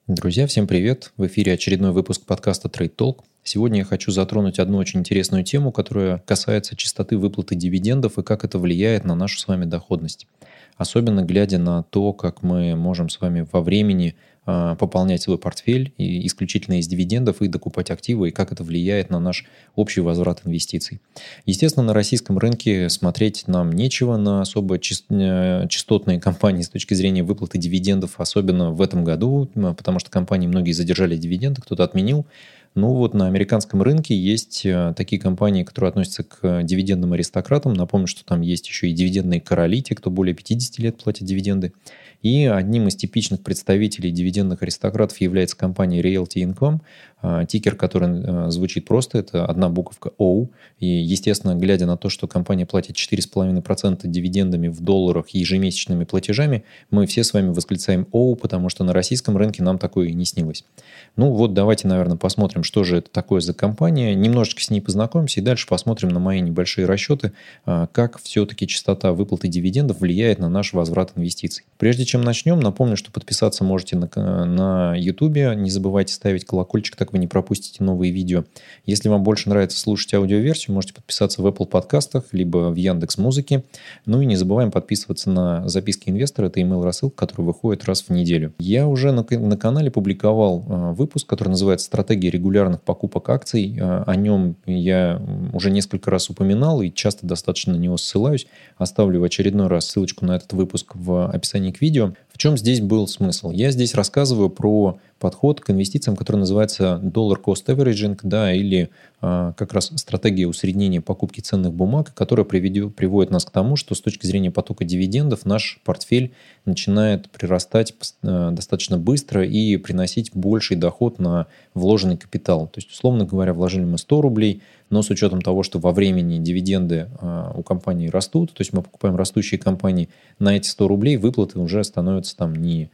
Друзья, всем привет! В эфире очередной выпуск подкаста Trade Talk. Сегодня я хочу затронуть одну очень интересную тему, которая касается частоты выплаты дивидендов и как это влияет на нашу с вами доходность. Особенно глядя на то, как мы можем с вами во времени пополнять свой портфель и исключительно из дивидендов и докупать активы, и как это влияет на наш общий возврат инвестиций. Естественно, на российском рынке смотреть нам нечего на особо частотные компании с точки зрения выплаты дивидендов, особенно в этом году, потому что компании многие задержали дивиденды, кто-то отменил. Ну вот на американском рынке есть такие компании, которые относятся к дивидендным аристократам. Напомню, что там есть еще и дивидендные короли, те, кто более 50 лет платят дивиденды. И одним из типичных представителей дивидендных аристократов является компания Realty Income. Тикер, который звучит просто, это одна буковка O. И, естественно, глядя на то, что компания платит 4,5% дивидендами в долларах и ежемесячными платежами, мы все с вами восклицаем O, потому что на российском рынке нам такое и не снилось. Ну вот давайте, наверное, посмотрим, что же это такое за компания. Немножечко с ней познакомимся и дальше посмотрим на мои небольшие расчеты, как все-таки частота выплаты дивидендов влияет на наш возврат инвестиций. Прежде чем начнем, напомню, что подписаться можете на YouTube. Не забывайте ставить колокольчик, так вы не пропустите новые видео. Если вам больше нравится слушать аудиоверсию, можете подписаться в Apple подкастах, либо в Яндекс.Музыке. Ну и не забываем подписываться на записки инвестора. Это email-рассылка, которая выходит раз в неделю. Я уже на канале публиковал выпуск, который называется «Стратегия регулярных покупок акций». О нем я уже несколько раз упоминал и часто достаточно на него ссылаюсь. Оставлю в очередной раз ссылочку на этот выпуск в описании к видео. В чем здесь был смысл? Я здесь рассказываю про подход к инвестициям, который называется Dollar Cost Averaging, да, или как раз стратегия усреднения покупки ценных бумаг, которая приводит нас к тому, что с точки зрения потока дивидендов наш портфель начинает прирастать достаточно быстро и приносить больший доход на вложенный капитал. То есть, условно говоря, вложили мы 100 рублей, но с учетом того, что во времени дивиденды у компании растут, то есть мы покупаем растущие компании, на эти 100 рублей выплаты уже становятся там не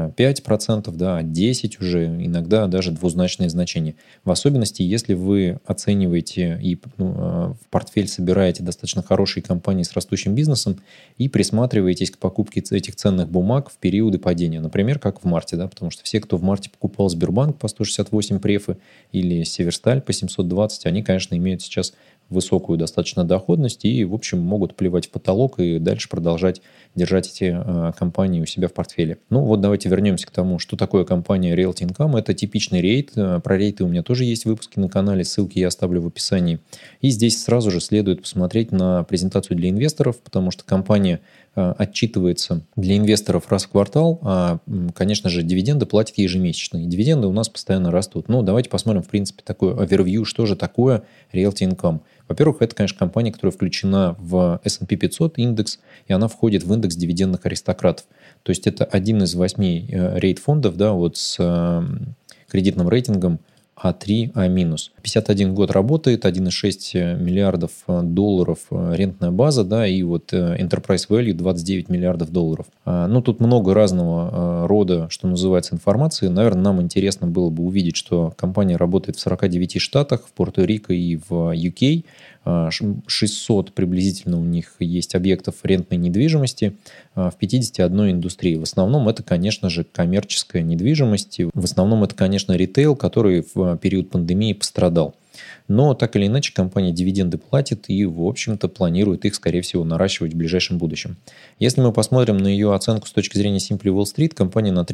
5%, да, а 10% уже, иногда даже двузначные значения. В особенности, если вы оцениваете и в портфель собираете достаточно хорошие компании с растущим бизнесом и присматриваетесь к покупке этих ценных бумаг в периоды падения. Например, как в марте, да, потому что все, кто в марте покупал Сбербанк по 168 префы или Северсталь по 720, они, конечно, имеют сейчас высокую достаточно доходность и, в общем, могут плевать в потолок и дальше продолжать держать эти компании у себя в портфеле. Ну вот давайте вернемся к тому, что такое компания Realty Income. Это типичный рейд. Про рейды у меня тоже есть выпуски на канале, ссылки я оставлю в описании. И здесь сразу же следует посмотреть на презентацию для инвесторов, потому что компания отчитывается для инвесторов раз в квартал, а, конечно же, дивиденды платят ежемесячно. И дивиденды у нас постоянно растут. Ну, давайте посмотрим, в принципе, такой овервью, что же такое Realty Income. Во-первых, это, конечно, компания, которая включена в S&P 500 индекс, и она входит в индекс дивидендных аристократов. То есть это один из 8 рейд-фондов, да, вот с кредитным рейтингом А3, А-. 51 год работает, 1,6 миллиардов долларов рентная база, да, и вот enterprise value 29 миллиардов долларов. Ну, тут много разного рода, что называется, информации. Наверное, нам интересно было бы увидеть, что компания работает в 49 штатах, в Пуэрто-Рико и в UK. 600 приблизительно у них есть объектов рентной недвижимости в 51 индустрии. В основном это, конечно же, коммерческая недвижимость. В основном это, конечно, ритейл, который в период пандемии пострадал. Но так или иначе компания дивиденды платит и, в общем-то, планирует их, скорее всего, наращивать в ближайшем будущем. Если мы посмотрим на ее оценку с точки зрения Simply Wall Street, компания на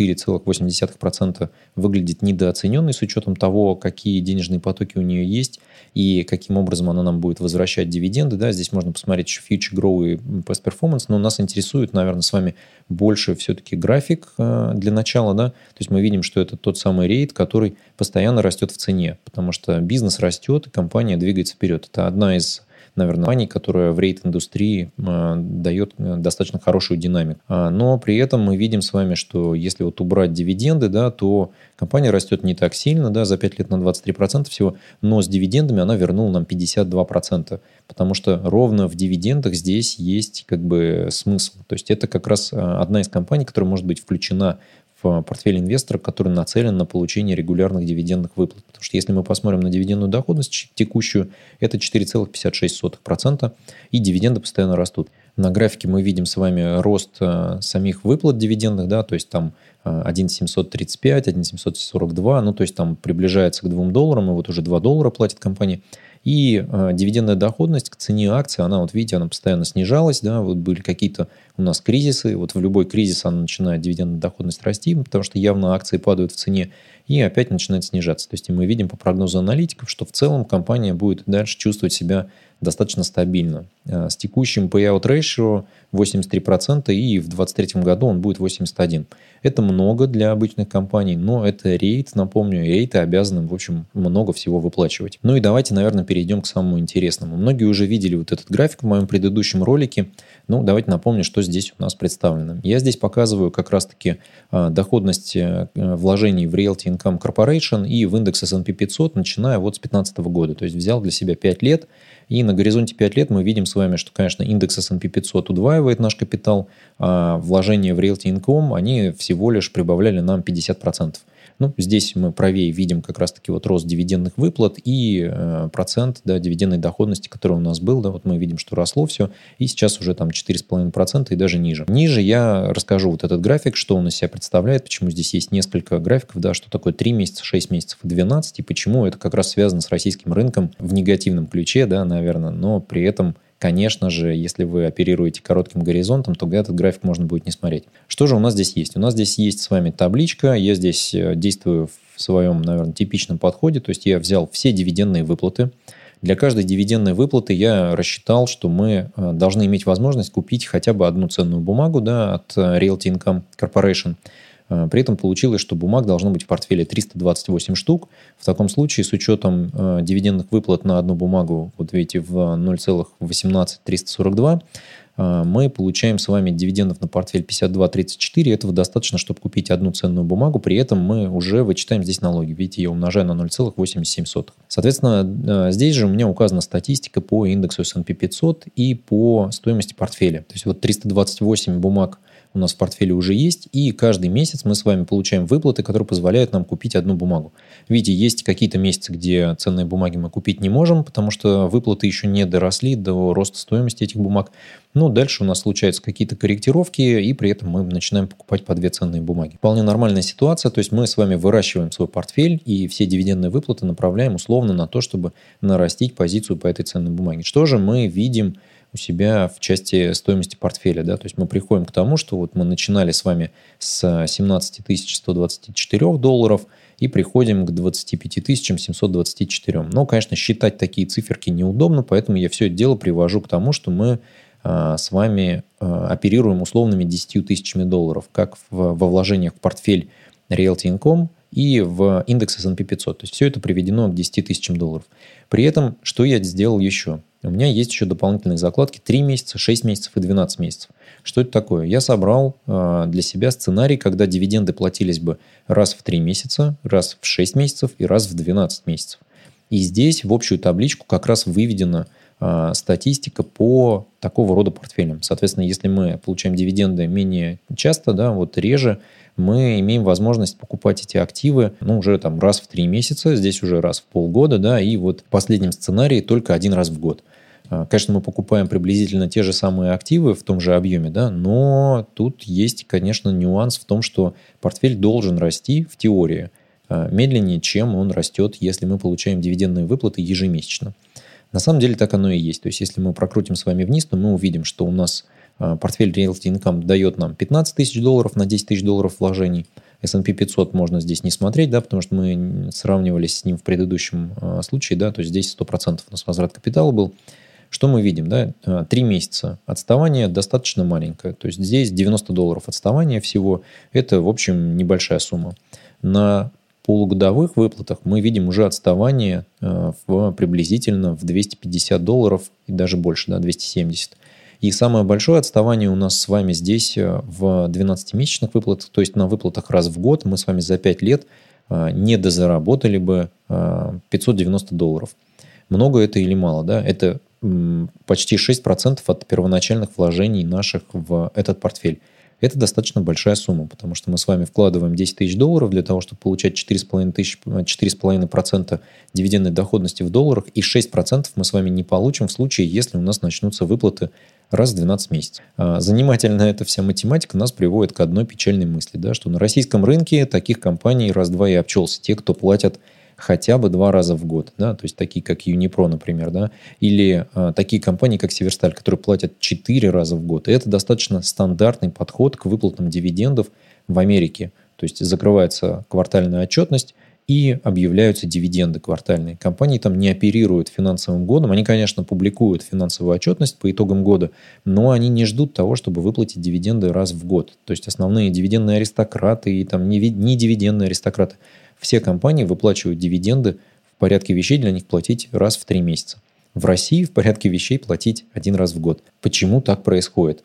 34,8% выглядит недооцененной с учетом того, какие денежные потоки у нее есть и каким образом она нам будет возвращать дивиденды. Да, здесь можно посмотреть еще Future Grow и Past Performance, но нас интересует, наверное, с вами больше все-таки график для начала. Да? То есть мы видим, что это тот самый рейд, который постоянно растет в цене, потому что бизнес растет, и компания двигается вперед. Это одна из, наверное, компаний, которая в рейд-индустрии дает достаточно хорошую динамику. Но при этом мы видим с вами, что если вот убрать дивиденды, да, то компания растет не так сильно, да, за 5 лет на 23% всего, но с дивидендами она вернула нам 52%, потому что ровно в дивидендах здесь есть как бы смысл. То есть это как раз одна из компаний, которая может быть включена в портфель инвестора, который нацелен на получение регулярных дивидендных выплат. Потому что если мы посмотрим на дивидендную доходность текущую, это 4,56%, и дивиденды постоянно растут. На графике мы видим с вами рост самих выплат дивидендных, да, то есть там 1,735, 1,742, ну то есть там приближается к $2, и вот уже $2 платит компания. И дивидендная доходность к цене акции, она, вот видите, она постоянно снижалась, да, вот были какие-то у нас кризисы, вот в любой кризис она начинает дивидендная доходность расти, потому что явно акции падают в цене, и опять начинает снижаться. То есть мы видим по прогнозу аналитиков, что в целом компания будет дальше чувствовать себя достаточно стабильно. С текущим payout ratio 83%, и в 2023 году он будет 81%. Это много для обычных компаний, но это рейт, напомню, и рейты обязаны, в общем, много всего выплачивать. Ну и давайте, наверное, перейдем к самому интересному. Многие уже видели вот этот график в моем предыдущем ролике. Ну, давайте напомню, что здесь у нас представлено. Я здесь показываю как раз-таки доходность вложений в Realty Income Corporation и в индекс S&P 500, начиная вот с 2015 года. То есть взял для себя 5 лет, и на горизонте 5 лет мы видим с вами, что, конечно, индекс S&P 500 удваивает наш капитал, а вложения в Realty Income, они всего лишь прибавляли нам 50%. Ну, здесь мы правее видим как раз-таки вот рост дивидендных выплат и процент, да, дивидендной доходности, который у нас был. Да, вот мы видим, что росло все, и сейчас уже там 4,5% и даже ниже. Ниже я расскажу вот этот график, что он из себя представляет, почему здесь есть несколько графиков, да, что такое 3 месяца, 6 месяцев и 12, и почему это как раз связано с российским рынком в негативном ключе, да, наверное, но при этом... Конечно же, если вы оперируете коротким горизонтом, то этот график можно будет не смотреть. Что же у нас здесь есть? У нас здесь есть с вами табличка. Я здесь действую в своем, наверное, типичном подходе. То есть я взял все дивидендные выплаты. Для каждой дивидендной выплаты я рассчитал, что мы должны иметь возможность купить хотя бы одну ценную бумагу, да, от Realty Income Corporation. При этом получилось, что бумаг должно быть в портфеле 328 штук. В таком случае, с учетом дивидендных выплат на одну бумагу, вот видите, в 0,18342, мы получаем с вами дивидендов на портфель 52,34. Этого достаточно, чтобы купить одну ценную бумагу. При этом мы уже вычитаем здесь налоги. Видите, я умножаю на 0,87. Соответственно, здесь же у меня указана статистика по индексу S&P 500 и по стоимости портфеля. То есть вот 328 бумаг у нас в портфеле уже есть, и каждый месяц мы с вами получаем выплаты, которые позволяют нам купить одну бумагу. Видите, есть какие-то месяцы, где ценные бумаги мы купить не можем, потому что выплаты еще не доросли до роста стоимости этих бумаг. Но дальше у нас случаются какие-то корректировки, и при этом мы начинаем покупать по две ценные бумаги. Вполне нормальная ситуация, то есть мы с вами выращиваем свой портфель, и все дивидендные выплаты направляем условно на то, чтобы нарастить позицию по этой ценной бумаге. Что же мы видим у себя в части стоимости портфеля, да, то есть мы приходим к тому, что вот мы начинали с вами с 17 124 долларов и приходим к 25 724. Но, конечно, считать такие циферки неудобно, поэтому я все это дело привожу к тому, что мы с вами оперируем условными 10 тысячами долларов, как во вложениях в портфель Realty Income и в индекс S&P 500. То есть все это приведено к 10 тысячам долларов. При этом, что я сделал еще? У меня есть еще дополнительные закладки 3 месяца, 6 месяцев и 12 месяцев. Что это такое? Я собрал для себя сценарий, когда дивиденды платились бы раз в 3 месяца, раз в 6 месяцев и раз в 12 месяцев. И здесь в общую табличку как раз выведена статистика по такого рода портфелям. Соответственно, если мы получаем дивиденды менее часто, да, вот реже, мы имеем возможность покупать эти активы, ну, уже там раз в 3 месяца, здесь уже раз в полгода, да, и вот в последнем сценарии только один раз в год. Конечно, мы покупаем приблизительно те же самые активы в том же объеме, да, но тут есть, конечно, нюанс в том, что портфель должен расти в теории медленнее, чем он растет, если мы получаем дивидендные выплаты ежемесячно. На самом деле так оно и есть. То есть, если мы прокрутим с вами вниз, то мы увидим, что у нас портфель Realty Income дает нам 15 тысяч долларов на 10 тысяч долларов вложений. S&P 500 можно здесь не смотреть, да, потому что мы сравнивались с ним в предыдущем случае, да, то есть здесь 100% у нас возврат капитала был. Что мы видим? Да? 3 месяца отставание достаточно маленькое. То есть здесь 90 долларов отставания всего. Это, в общем, небольшая сумма. На полугодовых выплатах мы видим уже отставание приблизительно в 250 долларов и даже больше, да, 270. И самое большое отставание у нас с вами здесь в 12-месячных выплатах, то есть на выплатах раз в год мы с вами за 5 лет не дозаработали бы 590 долларов. Много это или мало? Да? Это почти 6% от первоначальных вложений наших в этот портфель. Это достаточно большая сумма, потому что мы с вами вкладываем 10 тысяч долларов для того, чтобы получать 4,5% дивидендной доходности в долларах, и 6% мы с вами не получим в случае, если у нас начнутся выплаты раз в 12 месяцев. Занимательная эта вся математика нас приводит к одной печальной мысли, да, что на российском рынке таких компаний раз-два и обчелся. Те, кто платят хотя бы 2 раза в год, да, то есть такие, как Юнипро, например, да, или такие компании, как Северсталь, которые платят 4 раза в год. И это достаточно стандартный подход к выплатам дивидендов в Америке. То есть закрывается квартальная отчетность и объявляются дивиденды квартальные. Компании там не оперируют финансовым годом. Они, конечно, публикуют финансовую отчетность по итогам года, но они не ждут того, чтобы выплатить дивиденды раз в год. То есть основные дивидендные аристократы и там не дивидендные аристократы, все компании выплачивают дивиденды, в порядке вещей для них платить раз в 3 месяца. В России в порядке вещей платить 1 раз в год. Почему так происходит?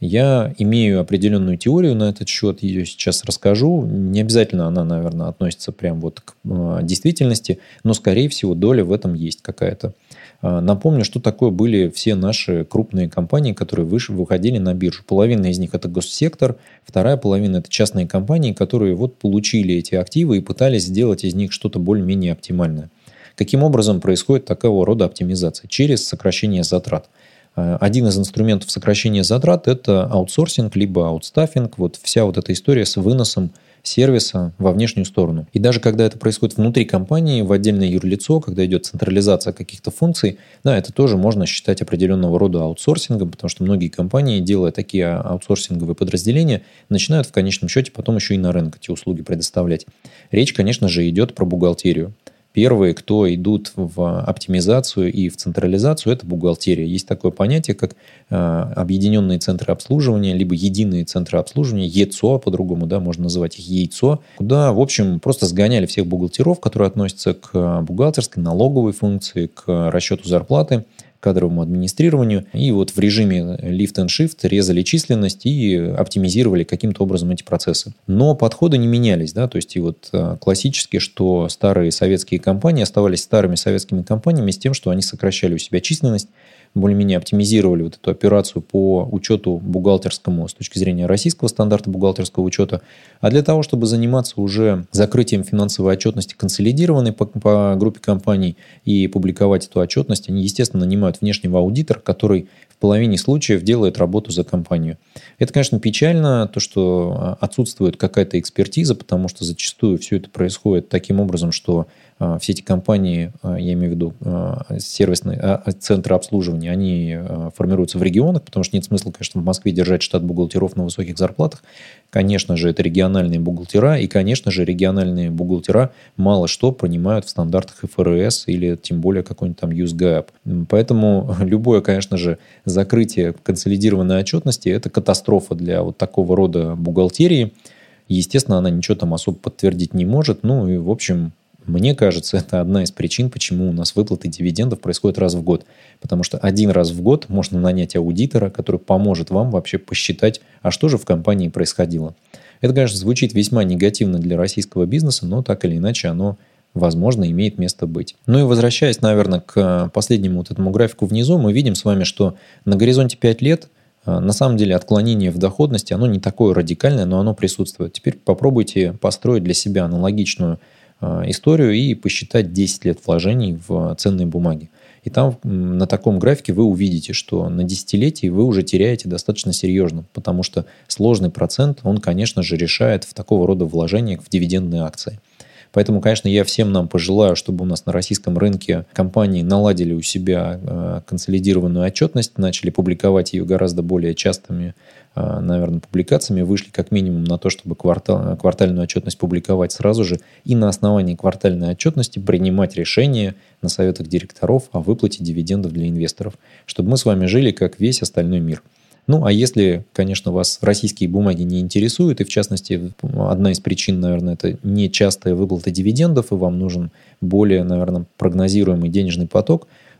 Я имею определенную теорию на этот счет, ее сейчас расскажу. Не обязательно она, наверное, относится прям вот к действительности, но, скорее всего, доля в этом есть какая-то. Напомню, что такое были все наши крупные компании, которые выходили на биржу. Половина из них – это госсектор, вторая половина – это частные компании, которые вот получили эти активы и пытались сделать из них что-то более-менее оптимальное. Каким образом происходит такого рода оптимизация? Через сокращение затрат. Один из инструментов сокращения затрат – это аутсорсинг, либо аутстаффинг. Вот вся вот эта история с выносом сервиса во внешнюю сторону. И даже когда это происходит внутри компании, в отдельное юрлицо, когда идет централизация каких-то функций, да, это тоже можно считать определенного рода аутсорсингом, потому что многие компании, делая такие аутсорсинговые подразделения, начинают в конечном счете потом еще и на рынок эти услуги предоставлять. Речь, конечно же, идет про бухгалтерию. Первые, кто идут в оптимизацию и в централизацию, это бухгалтерия. Есть такое понятие, как объединенные центры обслуживания, либо единые центры обслуживания, ЕЦО по-другому, да, можно называть их ЕЙЦО, куда, в общем, просто сгоняли всех бухгалтеров, которые относятся к бухгалтерской, налоговой функции, к расчету зарплаты, кадровому администрированию. И вот в режиме lift and shift резали численность и оптимизировали каким-то образом эти процессы. Но подходы не менялись. Да? То есть и вот классически, что старые советские компании оставались старыми советскими компаниями с тем, что они сокращали у себя численность, более-менее оптимизировали вот эту операцию по учету бухгалтерскому с точки зрения российского стандарта бухгалтерского учета. А для того, чтобы заниматься уже закрытием финансовой отчетности консолидированной по группе компаний и публиковать эту отчетность, они, естественно, нанимают внешнего аудитора, который в половине случаев делает работу за компанию. Это, конечно, печально, то, что отсутствует какая-то экспертиза, потому что зачастую все это происходит таким образом, что все эти компании, я имею в виду сервисные центры обслуживания, они формируются в регионах, потому что нет смысла, конечно, в Москве держать штат бухгалтеров на высоких зарплатах. Конечно же, это региональные бухгалтера, и, конечно же, региональные бухгалтера мало что понимают в стандартах ФРС или тем более какой-нибудь там USGAAP. Поэтому любое, конечно же, закрытие консолидированной отчетности – это катастрофа для вот такого рода бухгалтерии. Естественно, она ничего там особо подтвердить не может. Ну и, в общем, мне кажется, это одна из причин, почему у нас выплаты дивидендов происходят раз в год. Потому что 1 раз в год можно нанять аудитора, который поможет вам вообще посчитать, а что же в компании происходило. Это, конечно, звучит весьма негативно для российского бизнеса, но так или иначе оно, возможно, имеет место быть. Ну и возвращаясь, наверное, к последнему вот этому графику внизу, мы видим с вами, что на горизонте 5 лет на самом деле отклонение в доходности, оно не такое радикальное, но оно присутствует. Теперь попробуйте построить для себя аналогичную историю и посчитать 10 лет вложений в ценные бумаги. И там на таком графике вы увидите, что на десятилетии вы уже теряете достаточно серьезно, потому что сложный процент, он, конечно же, решает в такого рода вложениях в дивидендные акции. Поэтому, конечно, я всем нам пожелаю, чтобы у нас на российском рынке компании наладили у себя консолидированную отчетность, начали публиковать ее гораздо более частыми, наверное, публикациями, вышли как минимум на то, чтобы квартальную отчетность публиковать сразу же и на основании квартальной отчетности принимать решения на советах директоров о выплате дивидендов для инвесторов, чтобы мы с вами жили как весь остальной мир. Ну, а если, конечно, вас российские бумаги не интересуют, и в частности, одна из причин, наверное, это нечастая выплата дивидендов, и вам нужен более, наверное, прогнозируемый денежный поток,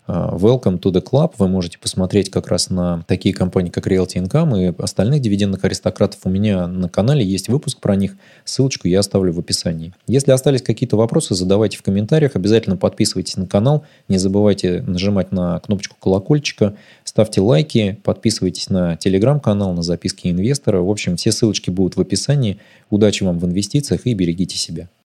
Welcome to the club. Вы можете посмотреть как раз на такие компании, как Realty Income и остальных дивидендных аристократов. У меня на канале есть выпуск про них. Ссылочку я оставлю в описании. Если остались какие-то вопросы, задавайте в комментариях. Обязательно подписывайтесь на канал. Не забывайте нажимать на кнопочку колокольчика. Ставьте лайки. Подписывайтесь на телеграм-канал, на записки инвестора. В общем, все ссылочки будут в описании. Удачи вам в инвестициях и берегите себя.